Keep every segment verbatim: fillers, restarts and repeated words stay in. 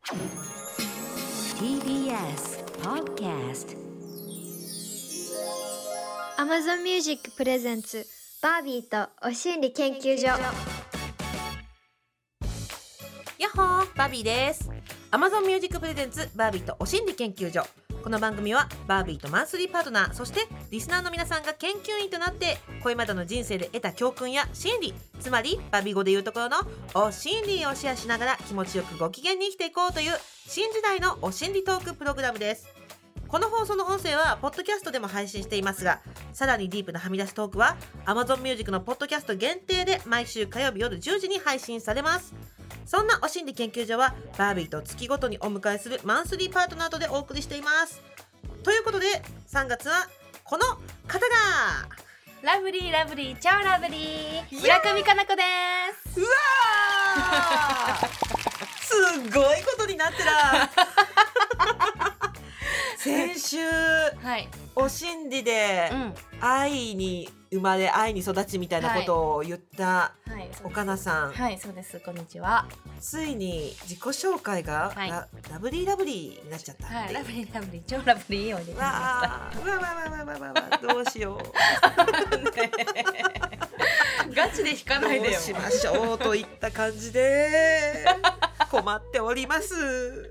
ティービーエス Podcast Amazon Music プレゼンツバービーとお心理研究所。 やっほー、バービーです。 Amazon Music プレゼンツバービーとお心理研究所。この番組はバービーとマンスリーパートナー、そしてリスナーの皆さんが研究員となってこれまでの人生で得た教訓や心理、つまりバービー語でいうところのお心理をシェアしながら気持ちよくご機嫌に生きていこうという新時代のお心理トークプログラムです。この放送の音声はポッドキャストでも配信していますが、さらにディープなはみ出しトークは Amazon Music のポッドキャスト限定で毎週火曜日夜じゅうじに配信されます。そんなお心理研究所はバービーと月ごとにお迎えするマンスリーパートナーとでお送りしています。ということでさんがつはこの方がラブリーラブリー超ラブリー村上佳菜子です。 うわーすごいことになってら先週、 はい、 お心理で、うん、愛に生まれ愛に育ちみたいなことを言った岡菜さん、 はい、はい、そうです。こんにちは。 ついに自己紹介が、はい、ラ, ラブリーラブリーになっちゃった、 はい、ラブリーラブリー超ラブリーを入れてみました。 わーわわわわわわどうしようガチで弾かないでよ。 どうしましょうといった感じで困っております。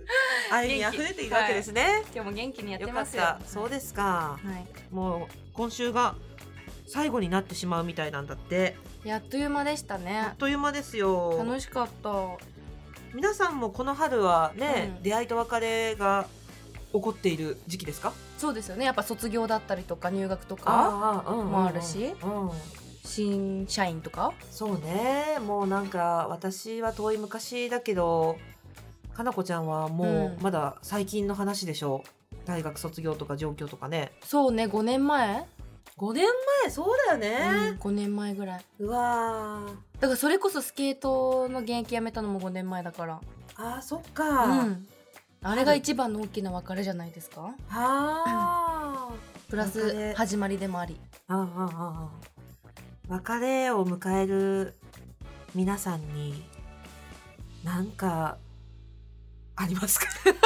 愛に溢れているわけですね、はい、 今日も元気にやってますよ。 よかった。そうですか、はい、もう今週が最後になってしまうみたいなんだって。 やっという間でしたね。 あっという間ですよ。 楽しかった。 皆さんもこの春はね、うん、出会いと別れが起こっている時期ですか？ そうですよね。やっぱ卒業だったりとか入学とかもあるし、うんうん、新社員とか。 そうね。もうなんか私は遠い昔だけどかなこちゃんはもうまだ最近の話でしょ、うん、大学卒業とか上京とかね。 そうね。ごねんまえごねんまえ。そうだよね、 うん、ごねんまえぐらい。 うわだからそれこそスケートの現役やめたのもごねんまえだから。 あーそっか、うん、 あれが一番の大きな別れじゃないですか。 はープラス始まりでもあり。 ああああ別れを迎える皆さんに何かありますか？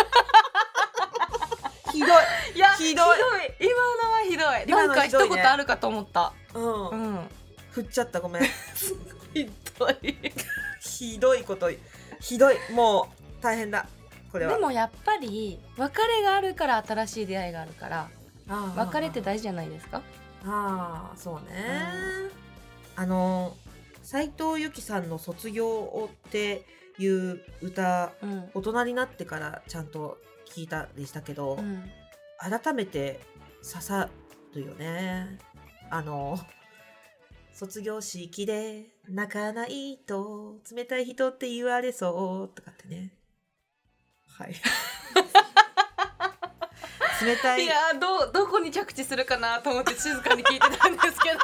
ひどい。 いやひどい。 今のはひどい。なんか一言あるかと思った。うん。うん、 振っちゃった。ごめん。 ひどい。 ひどいこと。ひどい。もう大変だ。これは。 でもやっぱり別れがあるから新しい出会いがあるから、あ別れって大事じゃないですか。 ああ、そうね。うん、あの斉藤由貴さんの卒業をっていう歌、うん、大人になってからちゃんと聞いたりしたけど、うん、改めて刺さるよね。あの卒業式で泣かないと冷たい人って言われそうとかってね。はい冷たい。 いや ど, どこに着地するかなと思って静かに聞いてたんですけど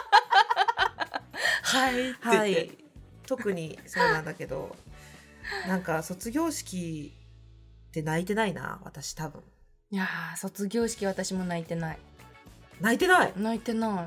はいって言って、はい、 特にそうなんだけどなんか卒業式って泣いてないな私多分。 いや卒業式私も泣いてない。 泣いてない泣いてない。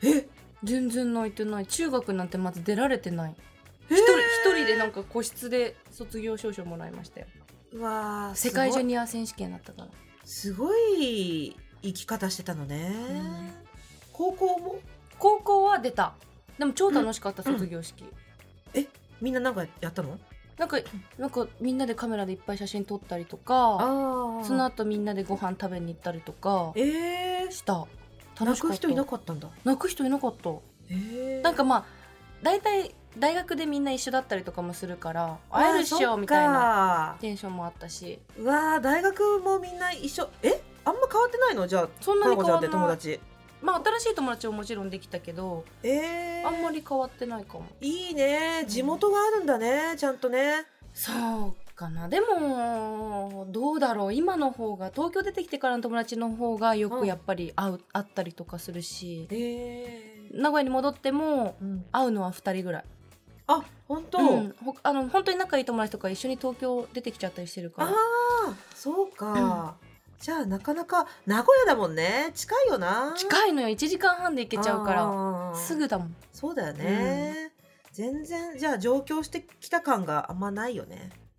え全然泣いてない。中学なんてまず出られてない。一人一人でなんか個室で卒業証書もらいましたよ。 うわ世界ジュニア選手権だったから。 すごい生き方してたのね、うん、高校も高校は出た。でも超楽しかった、うん、卒業式、 うん、えみんななんかやったの？ なんかなんかみんなでカメラでいっぱい写真撮ったりとか、あその後みんなでご飯食べに行ったりとかした、 えー、楽しかった。泣く人いなかったんだ。 泣く人いなかった、えー、なんかまあだいたい大学でみんな一緒だったりとかもするから会えるっしょみたいなテンションもあったし。 うわー大学もみんな一緒。えあんま変わってないの？じゃあそんなに変わんない。 友達まあ新しい友達ももちろんできたけど、えー、あんまり変わってないかも。 いいね。地元があるんだね、うん、ちゃんとね。 そうかな。でもどうだろう。今の方が東京出てきてからの友達の方がよくやっぱり会う、うん、会ったりとかするし、えー、名古屋に戻っても会うのはふたりぐらい。 あ、本当、うん、 ほあの本当に仲いい友達とか一緒に東京出てきちゃったりしてるから。 ああ、そうか、うん、じゃあなかなか名古屋だもんね。近いよな。 近いのよ。いちじかんはんで行けちゃうからすぐだもん。 そうだよね、うん、全然じゃあ上京してきた感があんまないよね。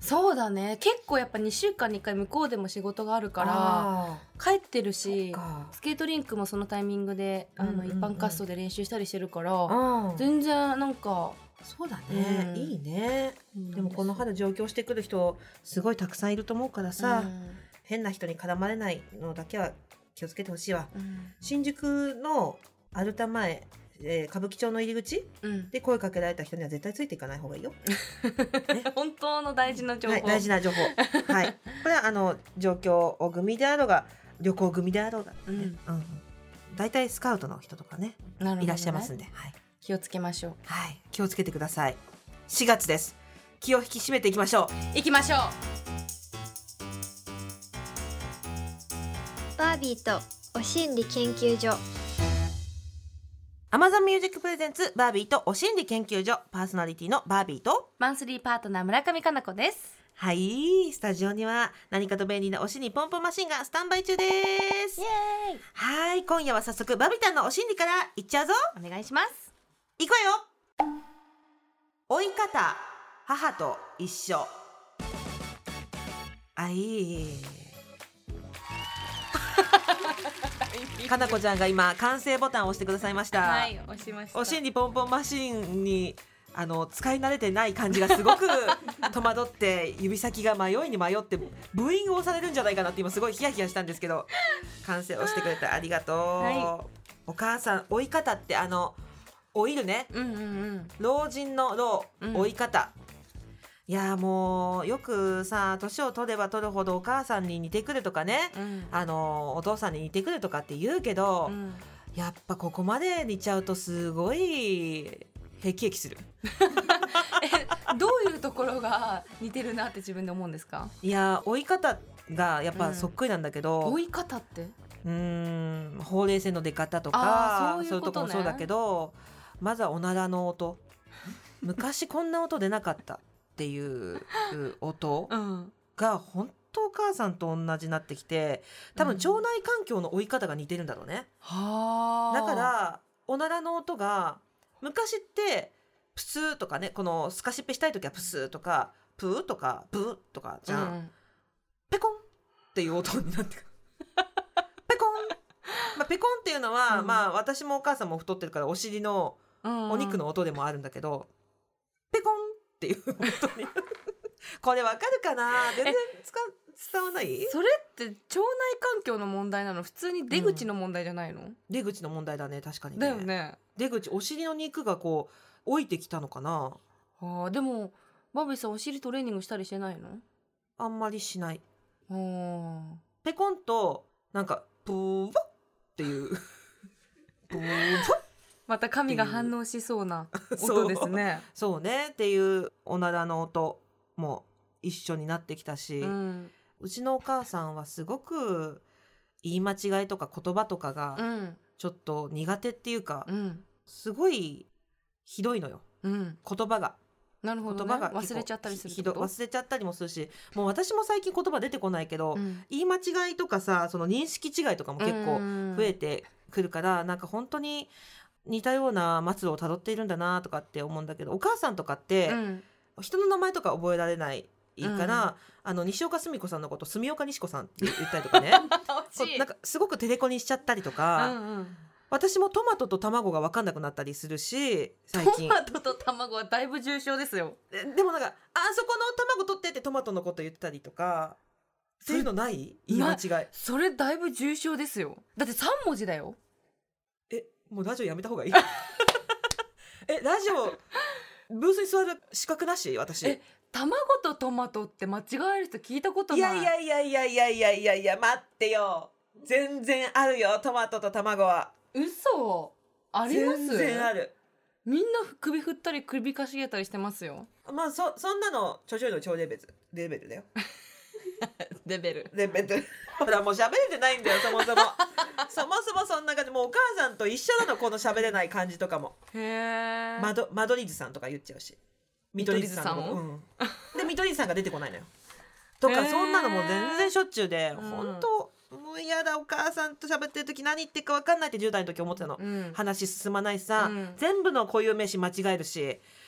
そうだね、結構やっぱにしゅうかんにいっかい向こうでも仕事があるから帰ってるし、スケートリンクもそのタイミングであの、うんうんうん、一般滑走で練習したりしてるから、うん、全然なんかそうだね、うん、いいね、うん、でもこの春上京してくる人すごいたくさんいると思うからさ、うん、変な人に絡まれないのだけは気をつけてほしいわ、うん、新宿のアルタ前、えー、歌舞伎町の入り口、うん、で声かけられた人には絶対ついていかない方がいいよ、 ね、本当の大事な情報、 はい、大事な情報はい、これはあの上京組であろうが旅行組であろうが、ね、うんうん、だいたいスカウトの人とか ね, ねいらっしゃいますんで、はい、 気をつけましょう。 はい、気をつけてください。しがつです。気を引き締めていきましょう。いきましょう。 バービーとお心理研究所。 Amazon Music Presents バービーとお心理研究所、パーソナリティのバービーとマンスリーパートナー村上佳菜子です。 はい、スタジオには何かと便利なお心理ポンポンマシンがスタンバイ中です。 イエーイ。 はい、今夜は早速バビタンのお心理からいっちゃうぞ。 お願いします。 いくわよ。追い方、母と一緒。あいいかなこちゃんが今完成ボタンを押してくださいました。 はい、押しました。 お心理ポンポンマシンにあの使い慣れてない感じがすごく戸惑って指先が迷いに迷ってブーイングをされるんじゃないかなって今すごいヒヤヒヤしたんですけど、完成をしてくれてありがとう、はい、お母さん追い方ってあの老いるね、うんうんうん、老人の老、追い方、うん、いやもうよくさ年を取れば取るほどお母さんに似てくるとかね、うん、あのお父さんに似てくるとかって言うけど、うん、やっぱここまで似ちゃうとすごいへきへきするえどういうところが似てるなって自分で思うんですか？ いや追い方がやっぱそっくりなんだけど、 うん、追い方ってうーんほうれい線の出方とかそういうことね、そういうとこもそうだけど、まずはおならの音昔こんな音出なかったっていう音が本当お母さんと同じになってきて、多分腸内環境の追い方が似てるんだろうね、うん、だからおならの音が昔ってプスーとかね、このスカシッペしたい時はプスーとかプーとかプーとかじゃん、うん、ペコンっていう音になってくるペコン、まあ、ペコンっていうのは、うん、まあ私もお母さんも太ってるからお尻のお肉の音でもあるんだけど、うん、ペコンっていう音にこれわかるかな、全然伝わない。 それって腸内環境の問題なの？普通に出口の問題じゃないの？うん、 出口の問題だね、確かにね。 だよね。 出口、お尻の肉がこう置いてきたのかな。 あ、でもバビーさんお尻トレーニングしたりしてないの？ あんまりしない。 あ、 ペコンとなんかプーワっていうプーワまた神が反応しそうな音ですねそう、そうねっていうおならの音も一緒になってきたし、うん、うちのお母さんはすごく言い間違いとか言葉とかがちょっと苦手っていうか、うん、すごいひどいのよ、うん、言葉が。 なるほどね、言葉が忘れちゃったりするってこと？ 忘れちゃったりもするし、もう私も最近言葉出てこないけど、うん、言い間違いとかさ、その認識違いとかも結構増えてくるから、なんか本当に似たような末路をたどっているんだなとかって思うんだけど、お母さんとかって、うん、人の名前とか覚えられないから、うん、あの西岡澄子さんのこと住岡西子さんって言ったりとかねなんかすごくテレコにしちゃったりとか、うんうん、私もトマトと卵が分かんなくなったりするし、最近トマトと卵はだいぶ重症ですよ。 でもなんかあそこの卵取ってってトマトのこと言ったりとか、そういうのない？言い間違い。 それだいぶ重症ですよ。だってさん文字だよ。 え、もうラジオやめた方がいいえ、ラジオブースに座る資格なし？私え、卵とトマトって間違える人聞いたことない。 いやいやいやいやいやいやいやいや、待ってよ、全然あるよ、トマトと卵は。 嘘？あります？ 全然ある。 みんな首振ったり首かしげたりしてますよ。 まあ そ, そんなのちょちょいの超レベルレベルだよレベルレベルほらもう喋れてないんだよ、そもそもそもそもそんな感じ、もうお母さんと一緒なの、この喋れない感じとかも。へー、マドマドリーズさんとか言っちゃうし、見取り図さんも、うん、で見取り図さんが出てこないのよとか、そんなのも全然しょっちゅうで、本当もう嫌だ、お母さんと喋ってる時何言ってるか分かんないってじゅう代の時思ってたの、うん、話進まないさ、うん、全部の固有名詞間違えるし、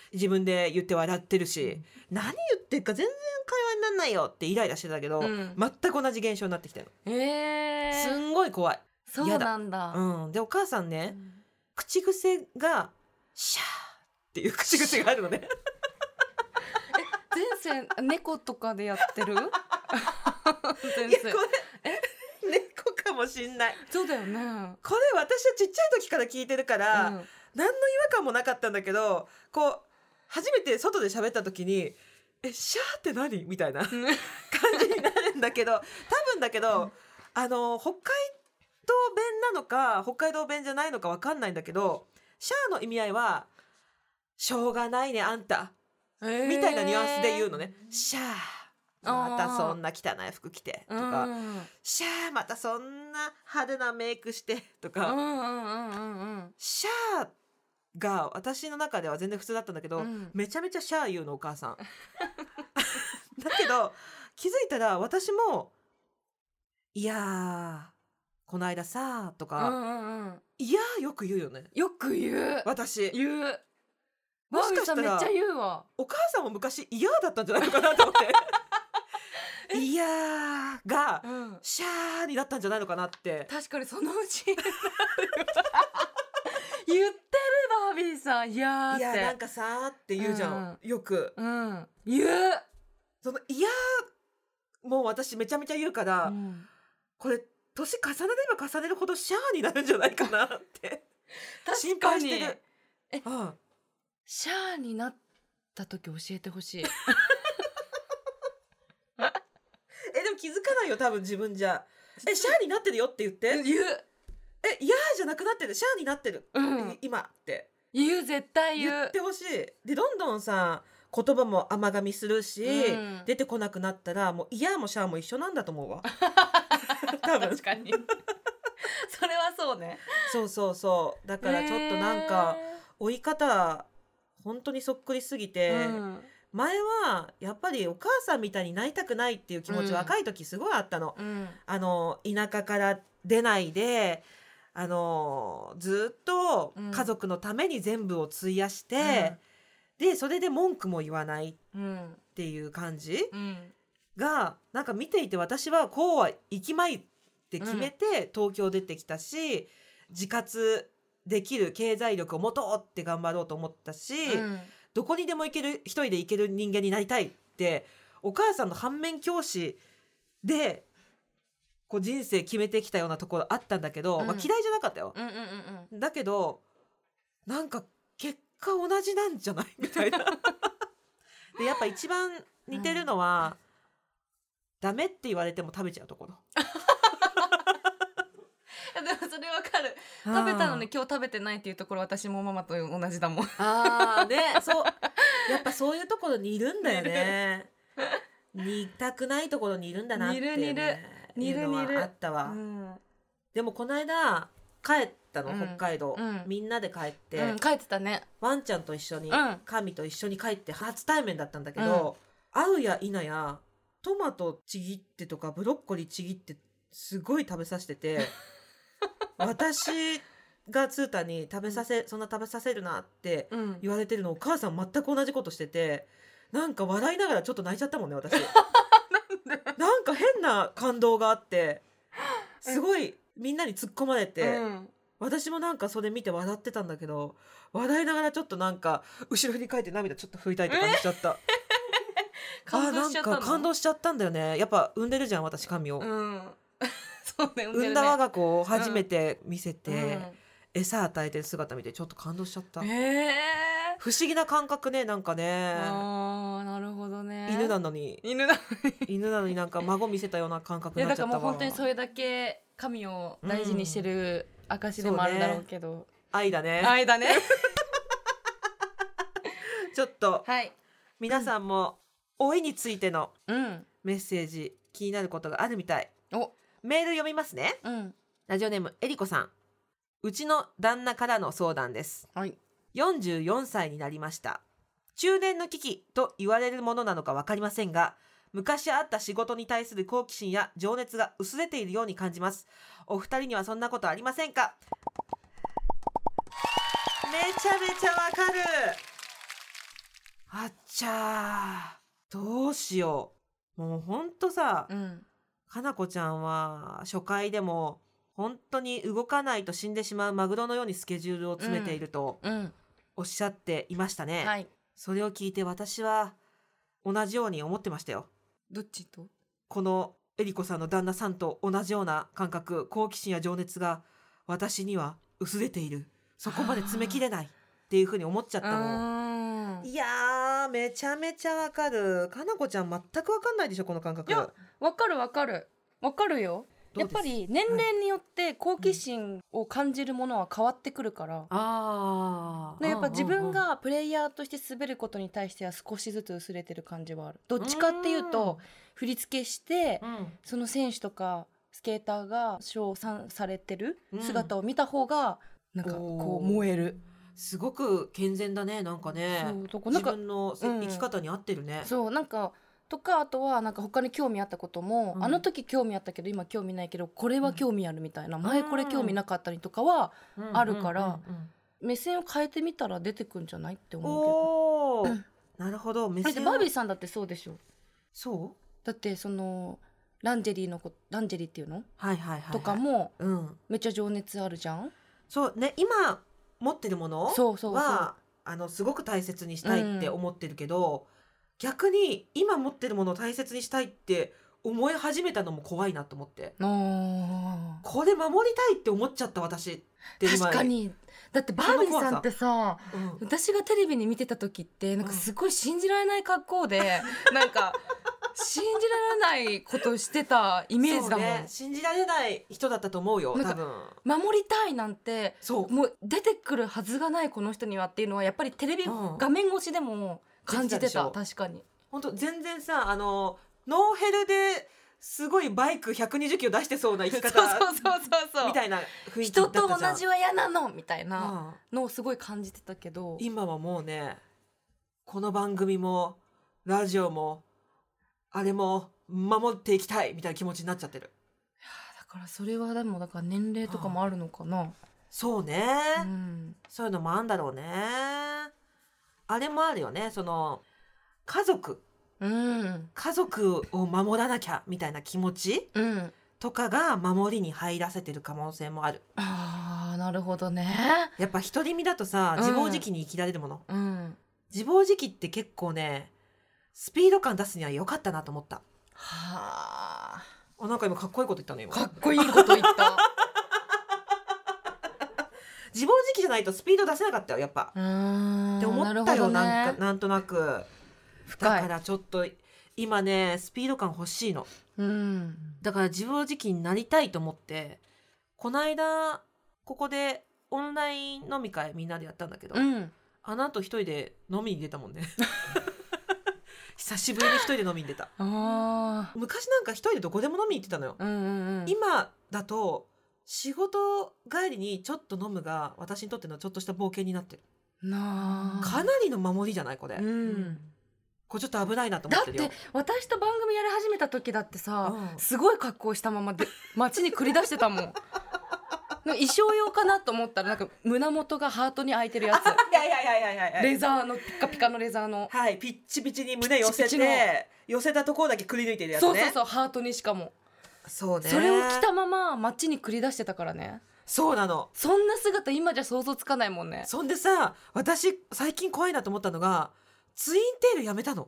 自分で言って笑ってるし、うん、何言ってるか全然会話にならないよってイライラしてたけど、うん、全く同じ現象になってきたの。えー、すんごい怖い。 そうなんだ。 うん、でお母さんね、うん、口癖がシャーっていう口癖があるのね。 え前世猫とかでやってる？前世いやこれえ猫かもしんない。 そうだよね。 これ私はちっちゃい時から聞いてるから、うん、何の違和感もなかったんだけど、こう初めて外で喋った時にえシャーって何みたいな感じになるんだけど、多分だけど、うん、あの北海道弁なのか北海道弁じゃないのか分かんないんだけど、シャーの意味合いはしょうがないねあんた、えー、みたいなニュアンスで言うのね。シャーまたそんな汚い服着てとか、シャーまたそんな派手なメイクしてとか、うんうんうんうん、シャーが私の中では全然普通だったんだけど、うん、めちゃめちゃシャー言うのお母さん。だけど気づいたら私もいやこの間さとか、うんうんうん、いやよく言うよね。 よく言う。 私言う。 もしかしたらめっちゃ言うわ。 お母さんも昔いやだったんじゃないのかなと思って。いやーが、うん、シャーになったんじゃないのかなって。 確かにそのうち言ってるバービーさん。いやーって、いやなんかさーって言うじゃん、うん、よく、 うん、言う。 そのいやーもう私めちゃめちゃ言うから、うん、これ年重ねれば重ねるほどシャーになるんじゃないかなって心配してる。 え、うん、シャーになった時教えてほしい。 えでも気づかないよ多分自分じゃ。えシャーになってるよって言って。 言う。 えいやーじゃなくなってる、シャーになってる、うん、今って言う。絶対言う。 言ってほしい。でどんどんさ言葉も甘噛みするし、うん、出てこなくなったらもういやーもシャーも一緒なんだと思うわ。多分確かに。それはそうね。 そうそうそう。だからちょっとなんか追い方本当にそっくりすぎて、うん、前はやっぱりお母さんみたいになりたくないっていう気持ち、うん、若い時すごいあったの、うん、あの田舎から出ないであのずっと家族のために全部を費やして、うん、でそれで文句も言わないっていう感じ、うん、がなんか見ていて私はこうは生きまいって決めて東京出てきたし、自活できる経済力を持とうって頑張ろうと思ったし、うん、どこにでも行ける一人で行ける人間になりたいってお母さんの反面教師でこう人生決めてきたようなところあったんだけど、うんまあ、嫌いじゃなかったよ、うんうんうんうん、だけどなんか結果同じなんじゃないみたいな。でやっぱ一番似てるのは、うん、ダメって言われても食べちゃうところ。 でもそれわかる。食べたのに今日食べてないっていうところ私もママと同じだもん。 あーね、そうやっぱそういうところにいるんだよね。似たくないところにいるんだなって、ね、 似る似る似る似るあったわ、うん、でもこの間帰ったの、うん、北海道、うん、みんなで帰って、 うん、帰ってたね。 ワンちゃんと一緒に、うん、神と一緒に帰って初対面だったんだけど、うん、会うや否やトマトちぎってとかブロッコリーちぎってすごい食べさせてて私がツータに食べさせ、そんな食べさせるなって言われてるの、お母さん全く同じことしてて、なんか笑いながらちょっと泣いちゃったもんね私。なんか変な感動があってすごいみんなに突っ込まれて、うん、私もなんかそれ見て笑ってたんだけど、笑いながらちょっとなんか後ろに帰って涙ちょっと拭いたりとかしちゃった。 感動しちゃったの？ あ、なんか感動しちゃったんだよね。やっぱ産んでるじゃん私神を、 うんそうね、産んでるね。 産んだ我が子を初めて見せて、うん、餌与えてる姿見てちょっと感動しちゃった、えー、不思議な感覚ね、なんかね。 あー、なるほどね。 犬なのに犬なのに犬なのになんか孫見せたような感覚になっちゃったわ。 いやだからもう本当にそれだけ神を大事にしてる証でもあるんだろうけど、うんね、 愛だね愛だねちょっと、 はい、 皆さんも老いについてのメッセージ、気になることがあるみたい。おメール読みますね、うん、ラジオネームえりこさん。うちの旦那からの相談です、はい、よんじゅうよんさいになりました。中年の危機と言われるものなのか分かりませんが、昔あった仕事に対する好奇心や情熱が薄れているように感じます。お二人にはそんなことありませんか？めちゃめちゃわかる。 あっちゃー、どうしよう。もうほんとさ、 うん、 かなこちゃんは初回でも本当に動かないと死んでしまうマグロのようにスケジュールを詰めているとうんおっしゃっていましたね、 はい。 それを聞いて私は同じように思ってましたよ。 どっちと？ このえりこさんの旦那さんと同じような感覚、好奇心や情熱が私には薄れている、そこまで詰めきれないっていう風に思っちゃったもん。いやー、めちゃめちゃわかる。かなこちゃん全くわかんないでしょこの感覚。 いや、わかるわかるわかるよ。やっぱり年齢によって好奇心を感じるものは変わってくるから、 あね、やっぱ自分がプレイヤーとして滑ることに対しては少しずつ薄れてる感じはある。どっちかっていうと振り付けしてその選手とかスケーターが称賛されてる姿を見た方がなんかこう燃える。 すごく健全だね。なんかね、 そう自分のうん生き方に合ってるね。 そうなんかとか、あとはなんか他に興味あったことも、 うん、 あの時興味あったけど今興味ないけどこれは興味あるみたいな、うん、前これ興味なかったりとかはあるから、うんうんうんうん、目線を変えてみたら出てくんじゃないって思うけど。おー、 なるほど。目線バービーさんだってそうでしょ。 そうだってそのランジェリーのこランジェリーっていうの、 はいはいはいはい、 とかも、 うん、 めっちゃ情熱あるじゃん。 そうね、今持ってるものはそうそうそう、 あのすごく大切にしたいって思ってるけど、うん、逆に今持ってるものを大切にしたいって思い始めたのも怖いなと思って、これ守りたいって思っちゃった私って今。 確かに。だってバービーさんってさ、 うん、 私がテレビに見てた時ってなんかすごい信じられない格好で、うん、なんか信じられないことしてたイメージだもん、ね、 信じられない人だったと思うよ。多分守りたいなんてもう出てくるはずがないこの人にはっていうのはやっぱりテレビ画面越しでも感じてた、うん、確かに。 本当全然さ、あのノーヘルですごいバイクひゃくにじゅっキロ出してそうな生き方みたいな雰囲気だったじゃん。 人と同じは嫌なのみたいなのをすごい感じてたけど、うん、 今はもうね、この番組もラジオもあれも守っていきたいみたいな気持ちになっちゃってる。 いやだからそれはでもだから年齢とかもあるのかな、はあ、 そうね、うん、そういうのもあるんだろうね。あれもあるよね、その家族うん、家族を守らなきゃみたいな気持ち、うん、とかが守りに入らせてる可能性もある。 あー、なるほどね。 やっぱ独り身だとさ、自暴自棄に生きられるもの、うん、自暴自棄って結構ねスピード感出すには良かったなと思った。はあ、なんか今かっこいいこと言ったね。今かっこいいこと言った自暴自棄じゃないとスピード出せなかったよやっぱ。うーんって思ったよ、な、ね、なんかなんとなく。だからちょっと今ねスピード感欲しいの、うん、だから自暴自棄になりたいと思って、この間ここでオンライン飲み会みんなでやったんだけど、うん、あの後一人で飲みに出たもんね久しぶりに一人で飲みに出た。あ、昔なんか一人でどこでも飲みに行ってたのよ、うんうんうん、今だと仕事帰りにちょっと飲むが私にとってのちょっとした冒険になってるな。かなりの守りじゃないこれ、うん、これちょっと危ないなと思ってるよ。 だって私と番組やり始めた時だってさ、うん、すごい格好したままで街に繰り出してたもん衣装用かなと思ったらなんか胸元がハートに開いてるやついやいやいやいやいやレザーのピッカピカのレザーの、 はい、ピッチピチに胸寄せてピチピチ寄せたところだけくり抜いてるやつね。 そうそうそう、ハートにしかもそうね、 それを着たまま街に繰り出してたからね。 そうなの。 そんな姿今じゃ想像つかないもんね。 そんでさ、私最近怖いなと思ったのがツインテールやめたの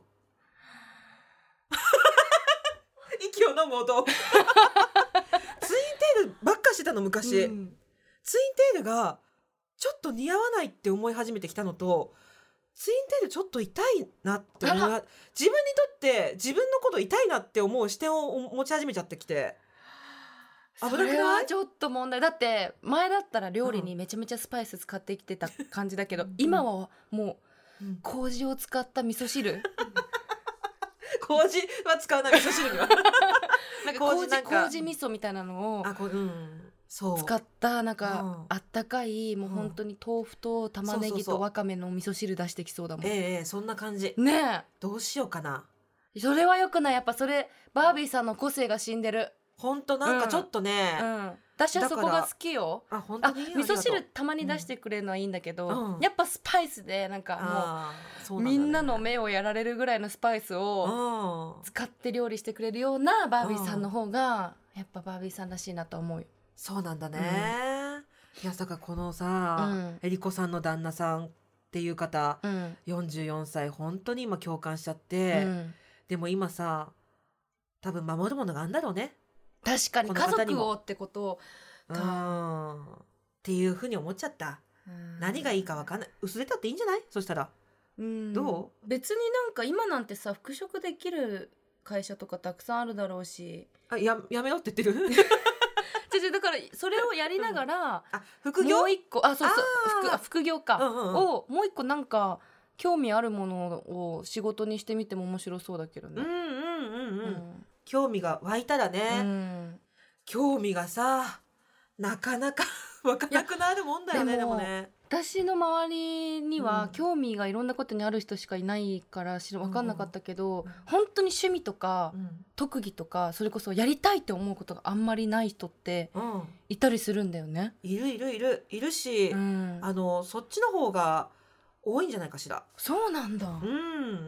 息を飲む音ツインテールばっかしてたの昔、うん、ツインテールがちょっと似合わないって思い始めてきたのと、ツインテールちょっと痛いなって思い、自分にとって自分のこと痛いなって思う視点を持ち始めちゃってきて、 危なくない？それはちょっと問題だって。前だったら料理にめちゃめちゃスパイス使ってきてた感じだけど、うん、今はもう、うん、麹を使った味噌汁麹は使うな、味噌汁にはなんか麹なんか麹味噌みたいなのを、あ、こう、うん、そう使ったなんか、うん、あったかいもう本当に豆腐と玉ねぎとわかめの味噌汁出してきそうだもん。 ええええ、そんな感じねえ。 どうしようかな。 それはよくない。やっぱそれバービーさんの個性が死んでる。 ほんとなんかちょっとね、うんうん、 私はそこが好きよ。 あ本当にあ味噌汁たまに出してくれるのはいいんだけど、 うん、 やっぱスパイスでなんかもう、ね、みんなの目をやられるぐらいのスパイスを使って料理してくれるようなバービーさんの方がやっぱバービーさんらしいなと思うよ。 そうなんだね、うん、いやだからこのさ、うん、えりこさんの旦那さんっていう方、うん、よんじゅうよんさい本当に今共感しちゃって、うん、でも今さ多分守るものがあるんだろうね。 確かに家族をってことか、 うん、っていうふうに思っちゃった、うん、何がいいか分かんない。薄れたっていいんじゃない？そしたら、うん、どう？ 別になんか今なんてさ復職できる会社とかたくさんあるだろうし。 あ や, やめろって言ってるだからそれをやりながら、うん、 あ副業もう一個あそうそう副, 副業か、うんうんうん、をもう一個なんか興味あるものを仕事にしてみても面白そうだけどね。 うんうんうんうん、うん、興味が湧いたらね、うん、興味がさなかなか湧かなくなるもんだよね。でもね私の周りには興味がいろんなことにある人しかいないから分かんなかったけど、うん、本当に趣味とか、うん、特技とかそれこそやりたいって思うことがあんまりない人っていたりするんだよね、 うん、いるいるいるいるし、うん、あのそっちの方が多いんじゃないかしら。 そうなんだ、 うん、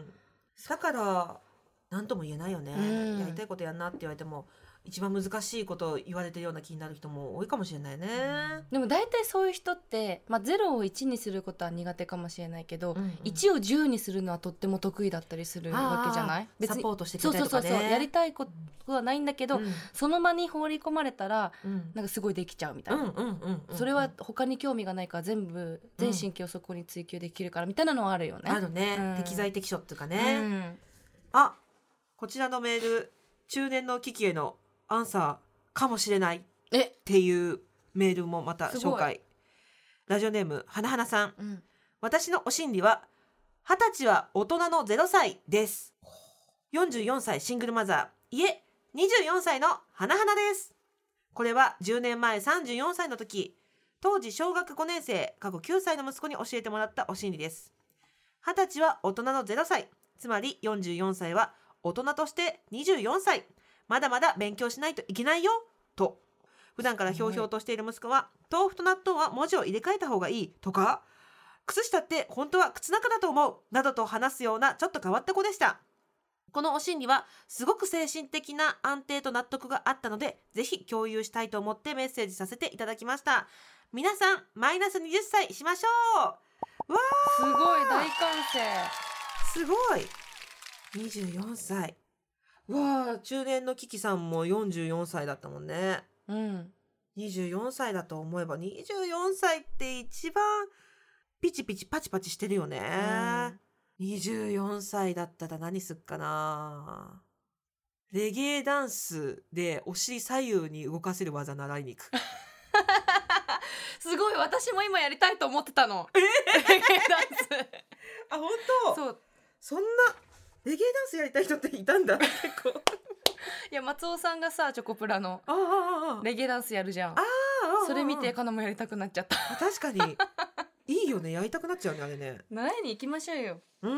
だから何とも言えないよね、うん、やりたいことやんなって言われても一番難しいことを言われてるような気になる人も多いかもしれないね、 うん、でも大体そういう人って、まあ、ゼロをいちにすることは苦手かもしれないけど、うんうん、いちをじゅうにするのはとっても得意だったりするわけじゃない。 別にサポートしてくれたりとかね。 そうそうそうそう、やりたいことはないんだけど、うん、その場に放り込まれたら、うん、なんかすごいできちゃうみたいな、うんうんうんうん、それは他に興味がないから全部全神経をそこに追求できるからみたいなのはあるよね、 あるね、うん、適材適所っていうかね、うん、あこちらのメール中年の危機へのアンサーかもしれないっていうメールもまた紹介。ラジオネームはなはなさん、うん、私のお心理ははたちは大人のゼロさいです。よんじゅうよんさいシングルマザー、いえにじゅうよんさいのはなはなです。これはじゅうねんまえさんじゅうよんさいの時、当時小学ごねん生過去きゅうさいの息子に教えてもらったお心理です。はたちは大人のゼロさい、つまりよんじゅうよんさいは大人としてにじゅうよんさい、まだまだ勉強しないといけないよと。普段からひょうひょうとしている息子は、豆腐と納豆は文字を入れ替えた方がいいとか、靴下って本当は靴中だと思うなどと話すようなちょっと変わった子でした。このお心理はすごく精神的な安定と納得があったので、ぜひ共有したいと思ってメッセージさせていただきました。皆さんマイナスにじゅっさいしましょう。わー、すごい大歓声。 すごい。にじゅうよんさい。わあ、中年のキキさんもよんじゅうよんさいだったもんね。うん。にじゅうよんさいだと思えばにじゅうよんさいって一番ピチピチパチパチしてるよね。うん、にじゅうよんさいだったら何すっかな。レゲエダンスでお尻左右に動かせる技習いに行く。 すごい、私も今やりたいと思ってたの。 えー、 レゲエダンス。 あ、本当？そう。そんなレゲエダンスやりたい人っていたんだ結構。 いや、松尾さんがさ、チョコプラのレゲエダンスやるじゃん。 ああ、 それ見てカナもやりたくなっちゃった。 確かにいいよね、やりたくなっちゃうね、あれね。 習いに行きましょうよ。 うん。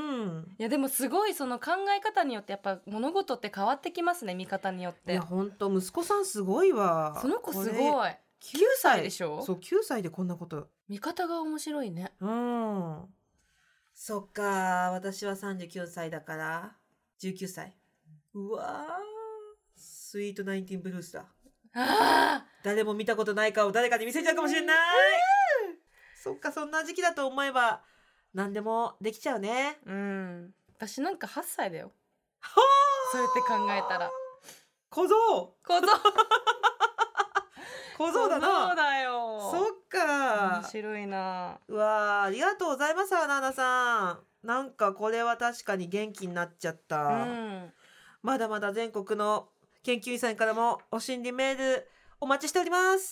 いやでもすごい、その考え方によってやっぱ物事って変わってきますね、見方によって。 いや本当息子さんすごいわ。 その子すごい。きゅうさいでしょ。 そう、きゅうさいでこんなこと。 見方が面白いね。 うん。そっか、私はさんじゅうきゅうさいだからじゅうきゅうさい。うわー、スイートナインティーンブルースだ。 あ、 誰も見たことない顔誰かに見せちゃうかもしれない。そっか、そんな時期だと思えば何でもできちゃうね。 うん。私なんかはっさいだよ。 はあ、 そうやって考えたら小僧小僧小僧だな。 そうだよ。 そっか、 面白いな。 うわ、ありがとうございます、花々さん。なんかこれは確かに元気になっちゃった、うん、まだまだ全国の研究員さんからもお心理メールお待ちしております。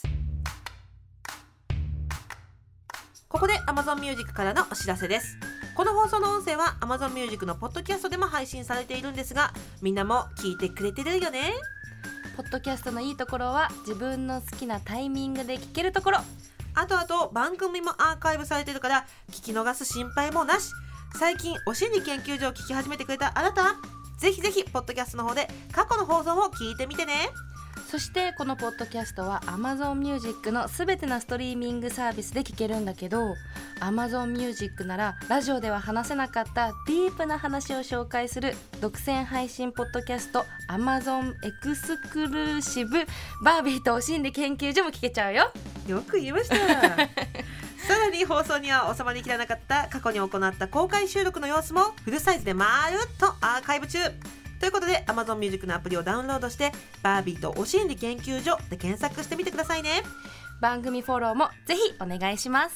ここで Amazon Music からのお知らせです。この放送の音声は Amazon Music のポッドキャストでも配信されているんですが、みんなも聞いてくれてるよね。 ポッドキャストのいいところは自分の好きなタイミングで聞けるところ。 あとあと番組もアーカイブされてるから聞き逃す心配もなし。最近お心理研究所を聞き始めてくれたあなた、ぜひぜひポッドキャストの方で過去の放送を聞いてみてね。 そしてこのポッドキャストは Amazon Music のすべてのストリーミングサービスで聴けるんだけど、 Amazon Music ならラジオでは話せなかったディープな話を紹介する独占配信ポッドキャスト Amazon エクスクルーシブバービーとお心理研究所も聞けちゃうよ。 よく言いましたさらに放送には収まりきらなかった過去に行った公開収録の様子もフルサイズでまるっとアーカイブ中ということで、 Amazon Music のアプリをダウンロードしてバービーとお心理研究所で検索してみてくださいね。 番組フォローもぜひお願いします。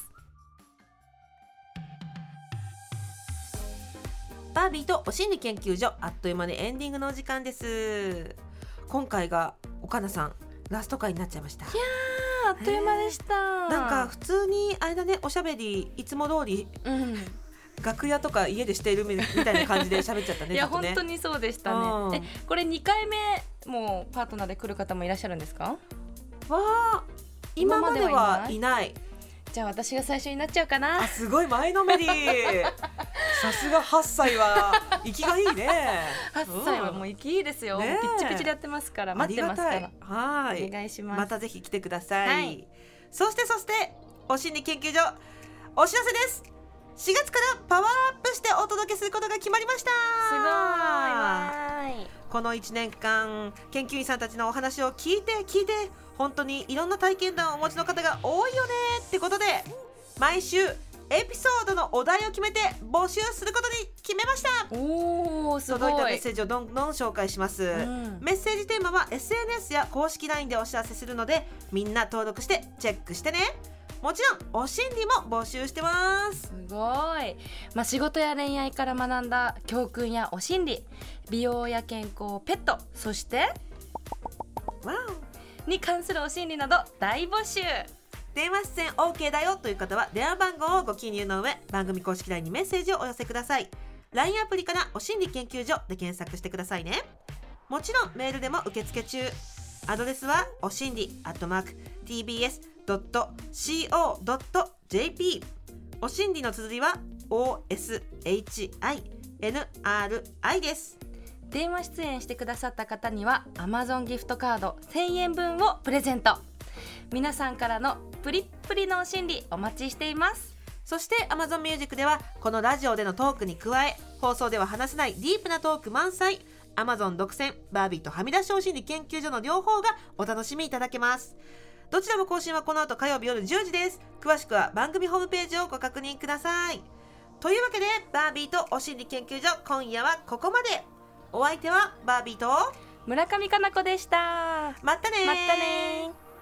バービーとお心理研究所、あっという間にエンディングのお時間です。今回が岡菜さんラスト回になっちゃいました。 いやー、あっという間でした。 なんか普通にあれだね、おしゃべりいつも通り、うん、楽屋とか家でしているみたいな感じで喋っちゃったね。 いや、 ね、 本当にそうでしたね。え、これにかいめもうパートナーで来る方もいらっしゃるんですか？ わー、今まではいない。 じゃあ私が最初になっちゃうかな。 あ、すごい前のめりさすがはっさいは息がいいねはっさいはもう息いいですよ、ね、ピッチピチでやってますから、待ってますから。 はい、 お願いします。 またぜひ来てください、はい、そしてそしてお心理研究所お知らせです。しがつからパワーアップしてお届けすることが決まりました。 すごい。 このいちねんかん研究員さんたちのお話を聞いて聞いて本当にいろんな体験談をお持ちの方が多いよねってことで、毎週エピソードのお題を決めて募集することに決めました。 おー、すごい。 届いたメッセージをどんどん紹介します、うん、メッセージテーマは エスエヌエス や公式 ライン でお知らせするので、みんな登録してチェックしてね。もちろんお心理も募集してます。 すごい、まあ、仕事や恋愛から学んだ教訓やお心理、美容や健康、ペット、そしてわおに関するお心理など大募集。 電話出演 OK だよという方は電話番号をご記入の上、番組公式 ライン にメッセージをお寄せください。 ライン アプリからお心理研究所で検索してくださいね。もちろんメールでも受付中。アドレスはおしんり アットマーク ティービーエスドットコードットジェーピー、 おしんりの綴りは オーエスエイチアイエヌアールアイ です。 電話出演してくださった方には Amazon ギフトカードせんえん分をプレゼント。皆さんからのプリップリのお心理お待ちしています。 そして Amazon Music ではこのラジオでのトークに加え、放送では話せないディープなトーク満載 Amazon 独占バービーとはみ出しお心理研究所の両方がお楽しみいただけます。どちらも更新はこの後火曜日夜じゅうじです。詳しくは番組ホームページをご確認ください。というわけでバービーとお心理研究所、今夜はここまで。お相手はバービーと村上佳菜子でした。 またねまたね。